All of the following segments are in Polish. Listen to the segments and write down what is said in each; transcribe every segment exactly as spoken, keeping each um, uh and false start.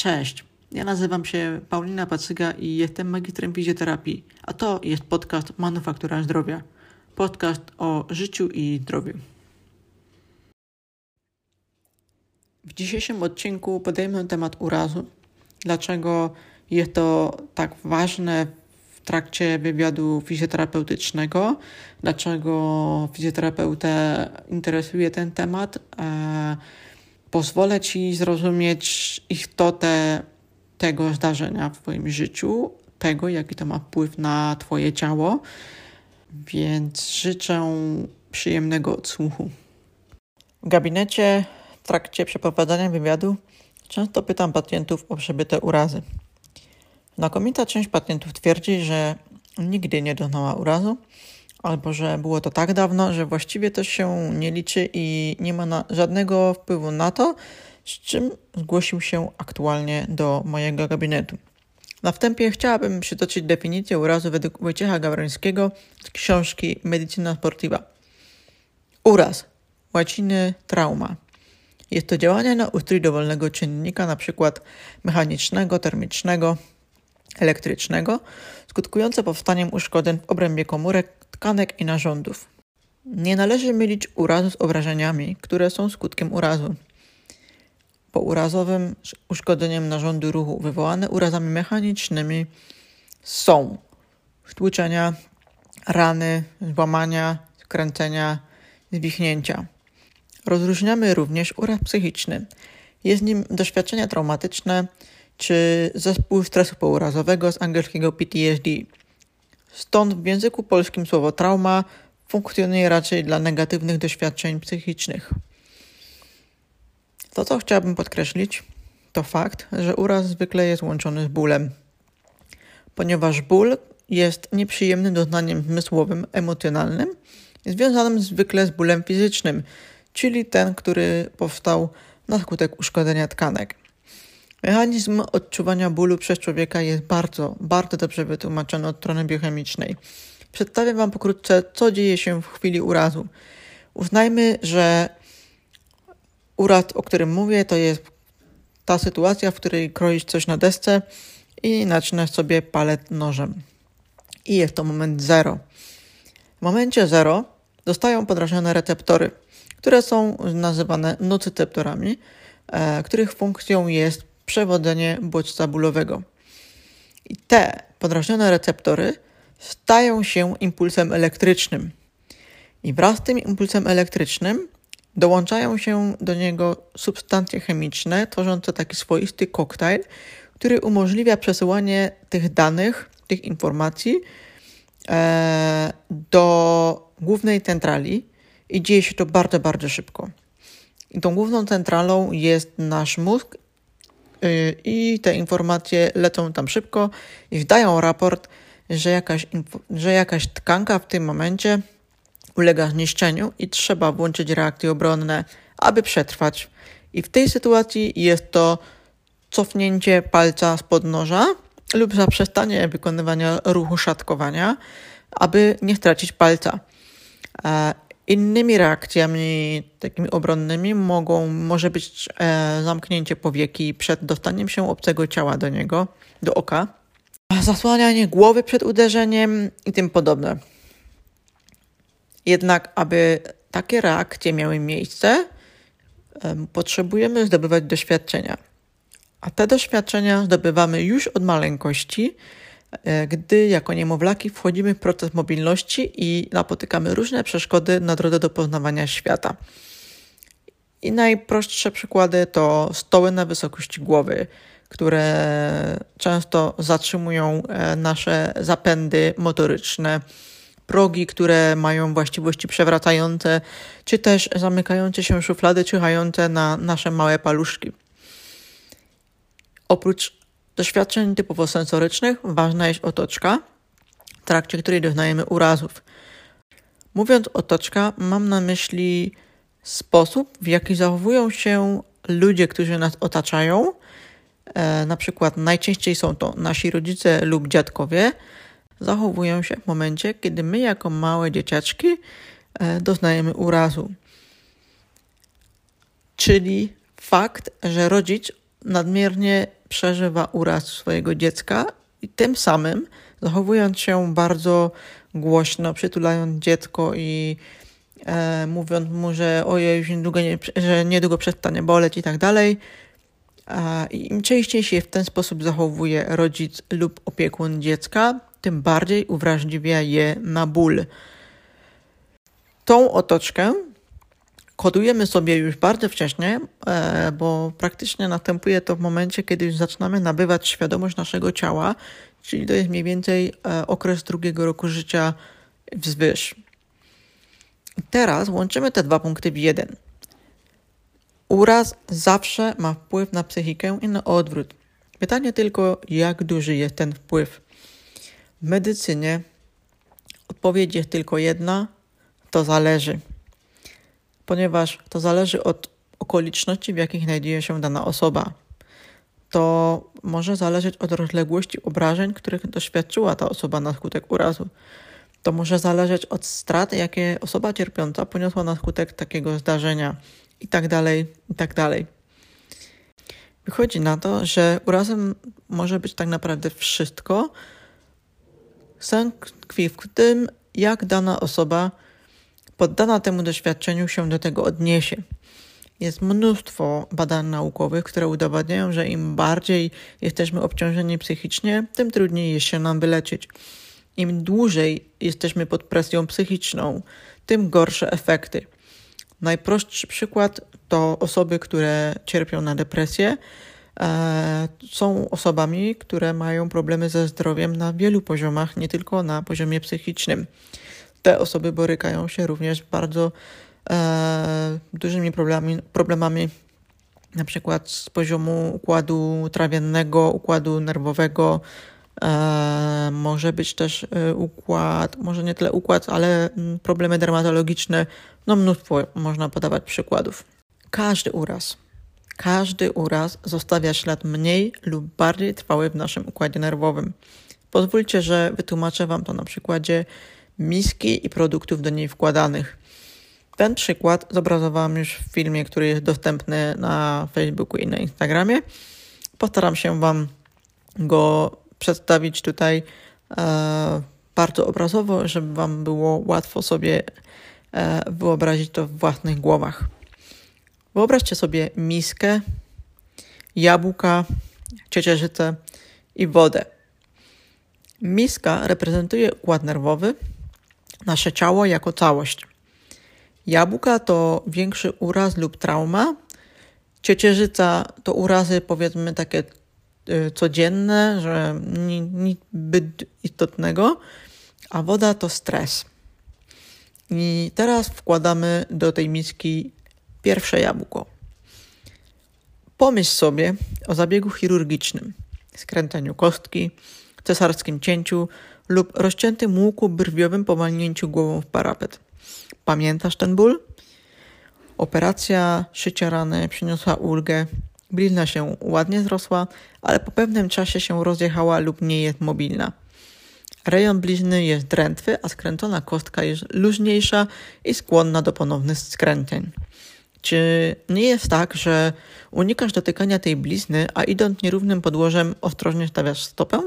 Cześć, ja nazywam się Paulina Pacyga i jestem magistrem fizjoterapii, a to jest podcast Manufaktura Zdrowia. Podcast o życiu i zdrowiu. W dzisiejszym odcinku podejmę temat urazu. Dlaczego jest to tak ważne w trakcie wywiadu fizjoterapeutycznego? Dlaczego fizjoterapeutę interesuje ten temat? E, pozwolę Ci zrozumieć istotę tego zdarzenia w Twoim życiu, tego, jaki to ma wpływ na Twoje ciało, więc życzę przyjemnego odsłuchu. W gabinecie w trakcie przeprowadzania wywiadu często pytam pacjentów o przebyte urazy. Znakomita część pacjentów twierdzi, że nigdy nie doznała urazu, albo że było to tak dawno, że właściwie to się nie liczy i nie ma na żadnego wpływu na to, z czym zgłosił się aktualnie do mojego gabinetu. Na wstępie chciałabym przytoczyć definicję urazu według Wojciecha Gawrońskiego z książki Medycyna Sportiva. Uraz, łaciny trauma. Jest to działanie na ustrój dowolnego czynnika, np. mechanicznego, termicznego, elektrycznego, skutkujące powstaniem uszkodzeń w obrębie komórek, tkanek i narządów. Nie należy mylić urazu z obrażeniami, które są skutkiem urazu. Po urazowym uszkodzeniem narządu ruchu wywołane urazami mechanicznymi są stłuczenia, rany, złamania, skręcenia, zwichnięcia. Rozróżniamy również uraz psychiczny. Jest nim doświadczenie traumatyczne czy zespół stresu pourazowego z angielskiego P T S D. Stąd w języku polskim słowo trauma funkcjonuje raczej dla negatywnych doświadczeń psychicznych. To, co chciałabym podkreślić, to fakt, że uraz zwykle jest łączony z bólem. Ponieważ ból jest nieprzyjemnym doznaniem zmysłowym, emocjonalnym, związanym zwykle z bólem fizycznym, czyli ten, który powstał na skutek uszkodzenia tkanek. Mechanizm odczuwania bólu przez człowieka jest bardzo, bardzo dobrze wytłumaczony od strony biochemicznej. Przedstawię Wam pokrótce, co dzieje się w chwili urazu. Uznajmy, że uraz, o którym mówię, to jest ta sytuacja, w której kroisz coś na desce i naczynasz sobie palet nożem. I jest to moment zero. W momencie zero zostają podrażnione receptory, które są nazywane nocyceptorami, e, których funkcją jest przewodzenie bodźca bólowego. I te podrażnione receptory stają się impulsem elektrycznym. I wraz z tym impulsem elektrycznym dołączają się do niego substancje chemiczne, tworzące taki swoisty koktajl, który umożliwia przesyłanie tych danych, tych informacji e, do głównej centrali i dzieje się to bardzo, bardzo szybko. I tą główną centralą jest nasz mózg yy, i te informacje lecą tam szybko i wdają raport, że jakaś, info, że jakaś tkanka w tym momencie ulega zniszczeniu i trzeba włączyć reakcje obronne, aby przetrwać. I w tej sytuacji jest to cofnięcie palca spod noża lub zaprzestanie wykonywania ruchu szatkowania, aby nie stracić palca. E, innymi reakcjami takimi obronnymi mogą, może być e, zamknięcie powieki przed dostaniem się obcego ciała do niego, do oka, zasłanianie głowy przed uderzeniem i tym podobne. Jednak, aby takie reakcje miały miejsce, potrzebujemy zdobywać doświadczenia. A te doświadczenia zdobywamy już od maleńkości, gdy jako niemowlaki wchodzimy w proces mobilności i napotykamy różne przeszkody na drodze do poznawania świata. I najprostsze przykłady to stoły na wysokości głowy, które często zatrzymują nasze zapędy motoryczne, progi, które mają właściwości przewracające, czy też zamykające się szuflady, czyhające na nasze małe paluszki. Oprócz doświadczeń typowo sensorycznych ważna jest otoczka, w trakcie której doznajemy urazów. Mówiąc otoczka, mam na myśli sposób, w jaki zachowują się ludzie, którzy nas otaczają. E, na przykład najczęściej są to nasi rodzice lub dziadkowie, zachowują się w momencie, kiedy my jako małe dzieciaczki e, doznajemy urazu. Czyli fakt, że rodzic nadmiernie przeżywa uraz swojego dziecka i tym samym zachowując się bardzo głośno, przytulając dziecko i e, mówiąc mu, że ojej, już niedługo, nie, że niedługo przestanie boleć i tak dalej. I im częściej się w ten sposób zachowuje rodzic lub opiekun dziecka, tym bardziej uwrażliwia je na ból. Tą otoczkę kodujemy sobie już bardzo wcześnie, bo praktycznie następuje to w momencie, kiedy już zaczynamy nabywać świadomość naszego ciała, czyli to jest mniej więcej okres drugiego roku życia wzwyż. Teraz łączymy te dwa punkty w jeden. Uraz zawsze ma wpływ na psychikę i na odwrót. Pytanie tylko, jak duży jest ten wpływ. W medycynie odpowiedź jest tylko jedna, to zależy. Ponieważ to zależy od okoliczności, w jakich znajduje się dana osoba. To może zależeć od rozległości obrażeń, których doświadczyła ta osoba na skutek urazu. To może zależeć od strat, jakie osoba cierpiąca poniosła na skutek takiego zdarzenia. I tak dalej, i tak dalej. Wychodzi na to, że urazem może być tak naprawdę wszystko. Sens tkwi w tym, jak dana osoba poddana temu doświadczeniu się do tego odniesie. Jest mnóstwo badań naukowych, które udowadniają, że im bardziej jesteśmy obciążeni psychicznie, tym trudniej jest się nam wyleczyć. Im dłużej jesteśmy pod presją psychiczną, tym gorsze efekty. Najprostszy przykład to osoby, które cierpią na depresję, e, są osobami, które mają problemy ze zdrowiem na wielu poziomach, nie tylko na poziomie psychicznym. Te osoby borykają się również z bardzo e, dużymi problemami, problemami, na przykład z poziomu układu trawiennego, układu nerwowego. E, może być też e, układ, może nie tyle układ, ale m, problemy dermatologiczne. No mnóstwo można podawać przykładów. Każdy uraz, każdy uraz zostawia ślad mniej lub bardziej trwały w naszym układzie nerwowym. Pozwólcie, że wytłumaczę Wam to na przykładzie miski i produktów do niej wkładanych. Ten przykład zobrazowałam już w filmie, który jest dostępny na Facebooku i na Instagramie. Postaram się Wam go przedstawić tutaj e, bardzo obrazowo, żeby Wam było łatwo sobie e, wyobrazić to w własnych głowach. Wyobraźcie sobie miskę, jabłka, ciecierzycę i wodę. Miska reprezentuje układ nerwowy, nasze ciało jako całość. Jabłka to większy uraz lub trauma. Ciecierzyca to urazy, powiedzmy, takie y, codzienne, że nic zbyt istotnego, a woda to stres. I teraz wkładamy do tej miski pierwsze jabłko. Pomyśl sobie o zabiegu chirurgicznym, skręceniu kostki, cesarskim cięciu lub rozciętym łuku brwiowym po walnięciu głową w parapet. Pamiętasz ten ból? Operacja szycia rany przyniosła ulgę, blizna się ładnie zrosła, ale po pewnym czasie się rozjechała lub nie jest mobilna. Rejon blizny jest drętwy, a skręcona kostka jest luźniejsza i skłonna do ponownych skręceń. Czy nie jest tak, że unikasz dotykania tej blizny, a idąc nierównym podłożem ostrożnie stawiasz stopę?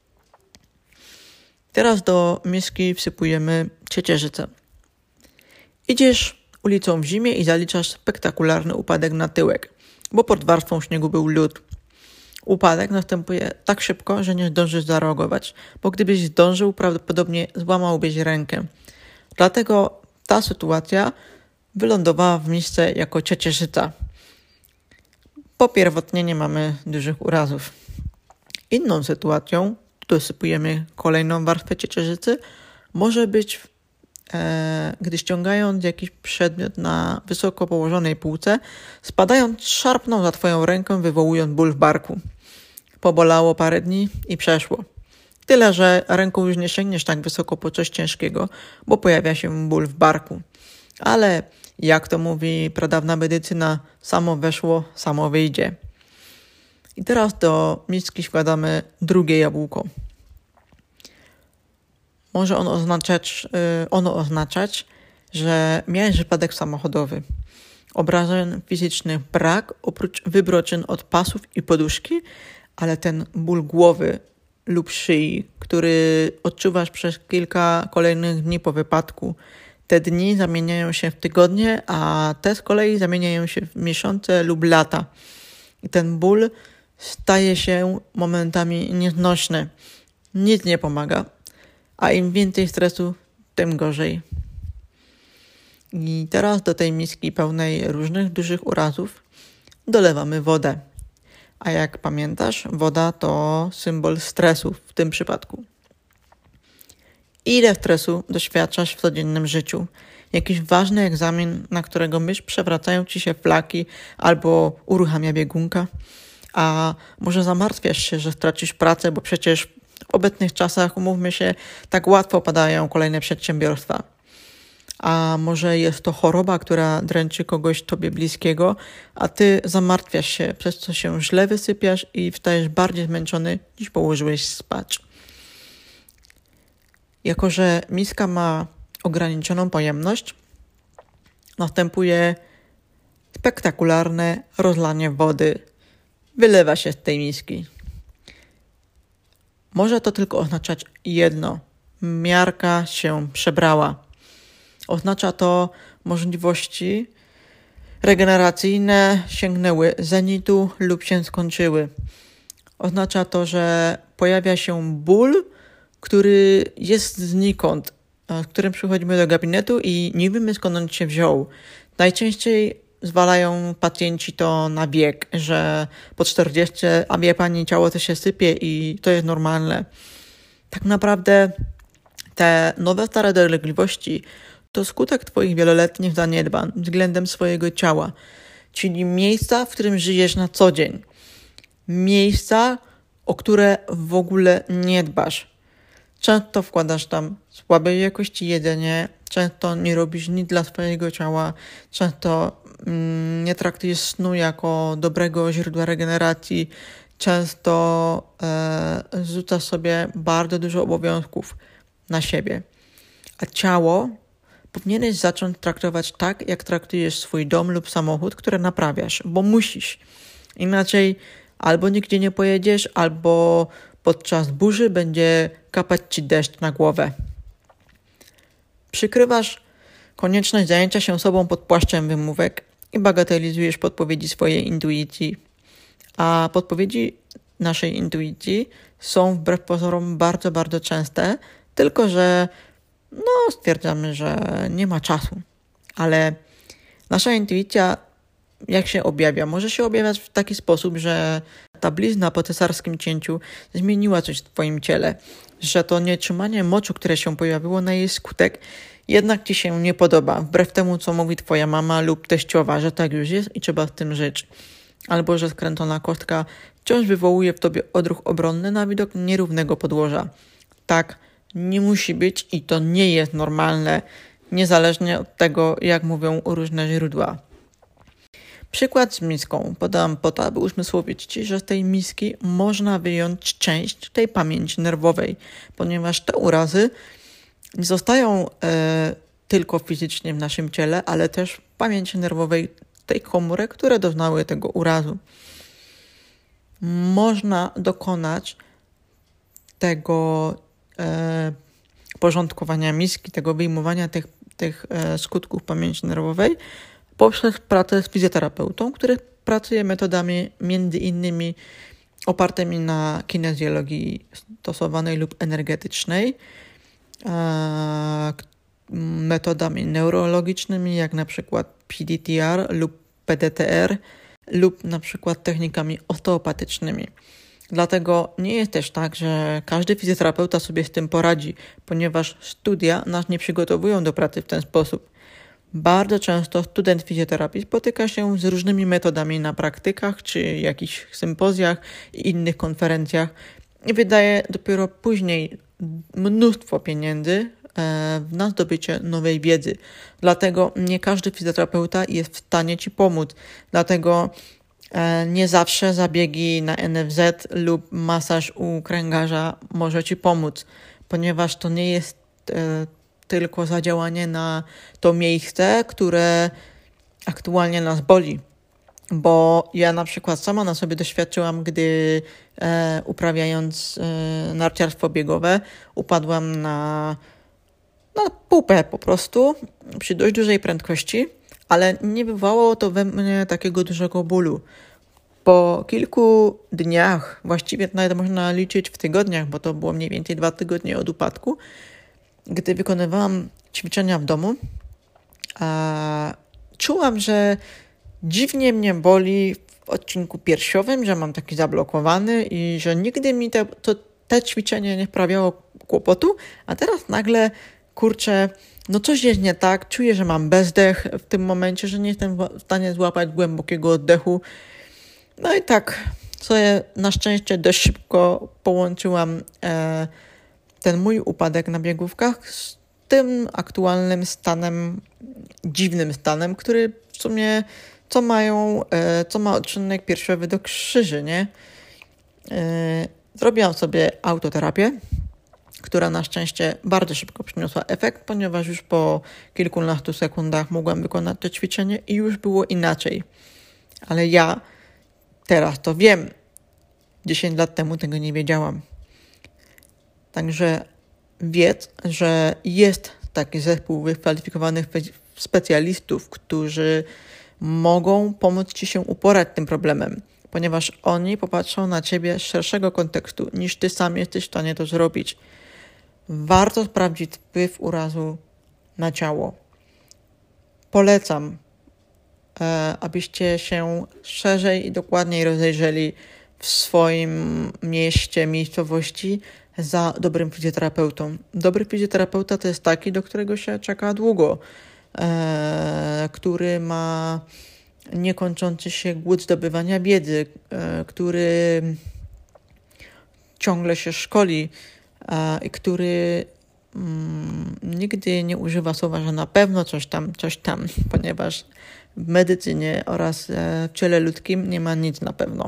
Teraz do miski wsypujemy ciecierzycę. Idziesz ulicą w zimie i zaliczasz spektakularny upadek na tyłek, bo pod warstwą śniegu był lód. Upadek następuje tak szybko, że nie zdążysz zareagować, bo gdybyś zdążył, prawdopodobnie złamałbyś rękę. Dlatego ta sytuacja wylądowała w misce jako ciecierzyca. Po pierwotnie nie mamy dużych urazów. Inną sytuacją, dosypujemy kolejną warstwę ciecierzycy, może być, e, gdy ściągając jakiś przedmiot na wysoko położonej półce, spadając szarpną za Twoją rękę, wywołując ból w barku. Pobolało parę dni i przeszło. Tyle, że ręką już nie sięgniesz tak wysoko po coś ciężkiego, bo pojawia się ból w barku. Ale jak to mówi pradawna medycyna, samo weszło, samo wyjdzie. I teraz do miski wkładamy drugie jabłko. Może on oznaczać, ono oznaczać, że miałeś wypadek samochodowy. Obrażeń fizycznych brak, oprócz wybroczyn od pasów i poduszki, ale ten ból głowy lub szyi, który odczuwasz przez kilka kolejnych dni po wypadku, te dni zamieniają się w tygodnie, a te z kolei zamieniają się w miesiące lub lata. I ten ból staje się momentami nieznośny. Nic nie pomaga, a im więcej stresu, tym gorzej. I teraz do tej miski pełnej różnych dużych urazów dolewamy wodę. A jak pamiętasz, woda to symbol stresu w tym przypadku. Ile stresu doświadczasz w codziennym życiu? Jakiś ważny egzamin, na którego myśl przewracają ci się flaki albo uruchamia biegunka? A może zamartwiasz się, że stracisz pracę, bo przecież w obecnych czasach, umówmy się, tak łatwo padają kolejne przedsiębiorstwa. A może jest to choroba, która dręczy kogoś tobie bliskiego, a ty zamartwiasz się, przez co się źle wysypiasz i wstajesz bardziej zmęczony, niż położyłeś spać. Jako że miska ma ograniczoną pojemność, następuje spektakularne rozlanie wody. Wylewa się z tej miski. Może to tylko oznaczać jedno. Miarka się przebrała. Oznacza to możliwości regeneracyjne sięgnęły zenitu lub się skończyły. Oznacza to, że pojawia się ból, który jest znikąd, z którym przychodzimy do gabinetu i nie wiemy, skąd on się wziął. Najczęściej zwalają pacjenci to na wiek, że po czterdziestu, a wie pani, ciało to się sypie i to jest normalne. Tak naprawdę te nowe, stare dolegliwości to skutek twoich wieloletnich zaniedbań względem swojego ciała, czyli miejsca, w którym żyjesz na co dzień. Miejsca, o które w ogóle nie dbasz. Często wkładasz tam słabej jakości jedzenie, często nie robisz nic dla swojego ciała, często mm, nie traktujesz snu jako dobrego źródła regeneracji, często e, zrzucasz sobie bardzo dużo obowiązków na siebie. A ciało powinieneś zacząć traktować tak, jak traktujesz swój dom lub samochód, które naprawiasz, bo musisz. Inaczej albo nigdzie nie pojedziesz, albo podczas burzy będzie kapać ci deszcz na głowę. Przykrywasz konieczność zajęcia się sobą pod płaszczem wymówek i bagatelizujesz podpowiedzi swojej intuicji. A podpowiedzi naszej intuicji są wbrew pozorom bardzo, bardzo częste, tylko że no, stwierdzamy, że nie ma czasu. Ale nasza intuicja, jak się objawia? Może się objawiać w taki sposób, że ta blizna po cesarskim cięciu zmieniła coś w twoim ciele, że to nietrzymanie moczu, które się pojawiło na jej skutek, jednak ci się nie podoba, wbrew temu, co mówi twoja mama lub teściowa, że tak już jest i trzeba z tym żyć. Albo że skręcona kostka wciąż wywołuje w tobie odruch obronny na widok nierównego podłoża. Tak nie musi być i to nie jest normalne, niezależnie od tego, jak mówią różne źródła. Przykład z miską podam po to, aby uzmysłowić ci, że z tej miski można wyjąć część tej pamięci nerwowej, ponieważ te urazy nie zostają e, tylko fizycznie w naszym ciele, ale też w pamięci nerwowej tej komórek, które doznały tego urazu. Można dokonać tego e, porządkowania miski, tego wyjmowania tych, tych e, skutków pamięci nerwowej poprzez pracę z fizjoterapeutą, który pracuje metodami między innymi opartymi na kinezjologii stosowanej lub energetycznej, e, metodami neurologicznymi, jak na przykład P D T R lub P D T R, lub na przykład technikami osteopatycznymi. Dlatego nie jest też tak, że każdy fizjoterapeuta sobie z tym poradzi, ponieważ studia nas nie przygotowują do pracy w ten sposób. Bardzo często student fizjoterapii spotyka się z różnymi metodami na praktykach czy jakichś sympozjach i innych konferencjach i wydaje dopiero później mnóstwo pieniędzy na zdobycie nowej wiedzy. Dlatego nie każdy fizjoterapeuta jest w stanie ci pomóc. Dlatego nie zawsze zabiegi na N F Z lub masaż u kręgarza może ci pomóc, ponieważ to nie jest e, tylko zadziałanie na to miejsce, które aktualnie nas boli. bo ja na przykład sama na sobie doświadczyłam, gdy e, uprawiając e, narciarstwo biegowe upadłam na, na pupę po prostu przy dość dużej prędkości, ale nie wywołało to we mnie takiego dużego bólu. Po kilku dniach, właściwie nawet można liczyć w tygodniach, bo to było mniej więcej dwa tygodnie od upadku, gdy wykonywałam ćwiczenia w domu, a czułam, że dziwnie mnie boli w odcinku piersiowym, że mam taki zablokowany i że nigdy mi te, to, te ćwiczenie nie sprawiało kłopotu, a teraz nagle, kurczę, no coś jest nie tak, czuję, że mam bezdech w tym momencie, że nie jestem w stanie złapać głębokiego oddechu. No i tak sobie na szczęście dość szybko połączyłam e, ten mój upadek na biegówkach z tym aktualnym stanem, dziwnym stanem, który w sumie co mają, e, co ma odczynek piersiowy do krzyży, nie? E, zrobiłam sobie autoterapię, która na szczęście bardzo szybko przyniosła efekt, ponieważ już po kilkunastu sekundach mogłam wykonać to ćwiczenie i już było inaczej. Ale ja teraz to wiem. dziesięć lat temu tego nie wiedziałam. Także wiedz, że jest taki zespół wykwalifikowanych specjalistów, którzy mogą pomóc Ci się uporać z tym problemem, ponieważ oni popatrzą na Ciebie z szerszego kontekstu, niż Ty sam jesteś w stanie to zrobić. Warto sprawdzić wpływ urazu na ciało. Polecam, e, abyście się szerzej i dokładniej rozejrzeli w swoim mieście, miejscowości za dobrym fizjoterapeutą. Dobry fizjoterapeuta to jest taki, do którego się czeka długo, e, który ma niekończący się głód zdobywania wiedzy, e, który ciągle się szkoli i który mm, nigdy nie używa słowa, że na pewno coś tam, coś tam, ponieważ w medycynie oraz e, w ciele ludzkim nie ma nic na pewno.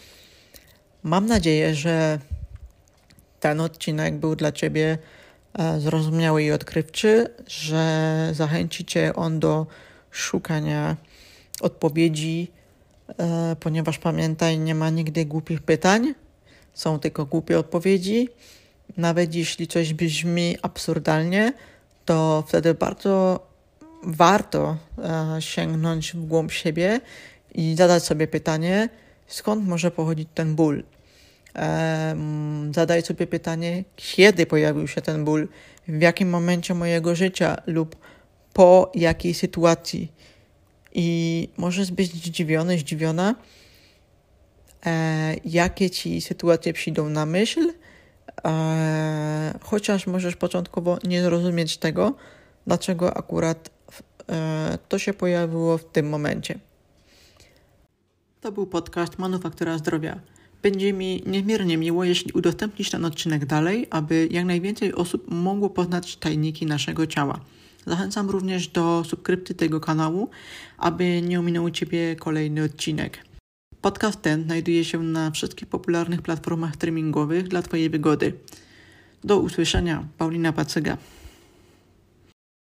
Mam nadzieję, że ten odcinek był dla Ciebie e, zrozumiały i odkrywczy, że zachęci Cię on do szukania odpowiedzi, e, ponieważ pamiętaj, nie ma nigdy głupich pytań, są tylko głupie odpowiedzi. Nawet jeśli coś brzmi absurdalnie, to wtedy bardzo warto e, sięgnąć w głąb siebie i zadać sobie pytanie, skąd może pochodzić ten ból. E, zadaj sobie pytanie, kiedy pojawił się ten ból, w jakim momencie mojego życia lub po jakiej sytuacji. I możesz być zdziwiony, zdziwiona, e, jakie Ci sytuacje przyjdą na myśl, e, chociaż możesz początkowo nie zrozumieć tego, dlaczego akurat e, to się pojawiło w tym momencie. To był podcast Manufaktura Zdrowia. Będzie mi niezmiernie miło, jeśli udostępnisz ten odcinek dalej, aby jak najwięcej osób mogło poznać tajniki naszego ciała. Zachęcam również do subskrypcji tego kanału, aby nie ominął Ciebie kolejny odcinek. Podcast ten znajduje się na wszystkich popularnych platformach streamingowych dla Twojej wygody. Do usłyszenia, Paulina Pacyga.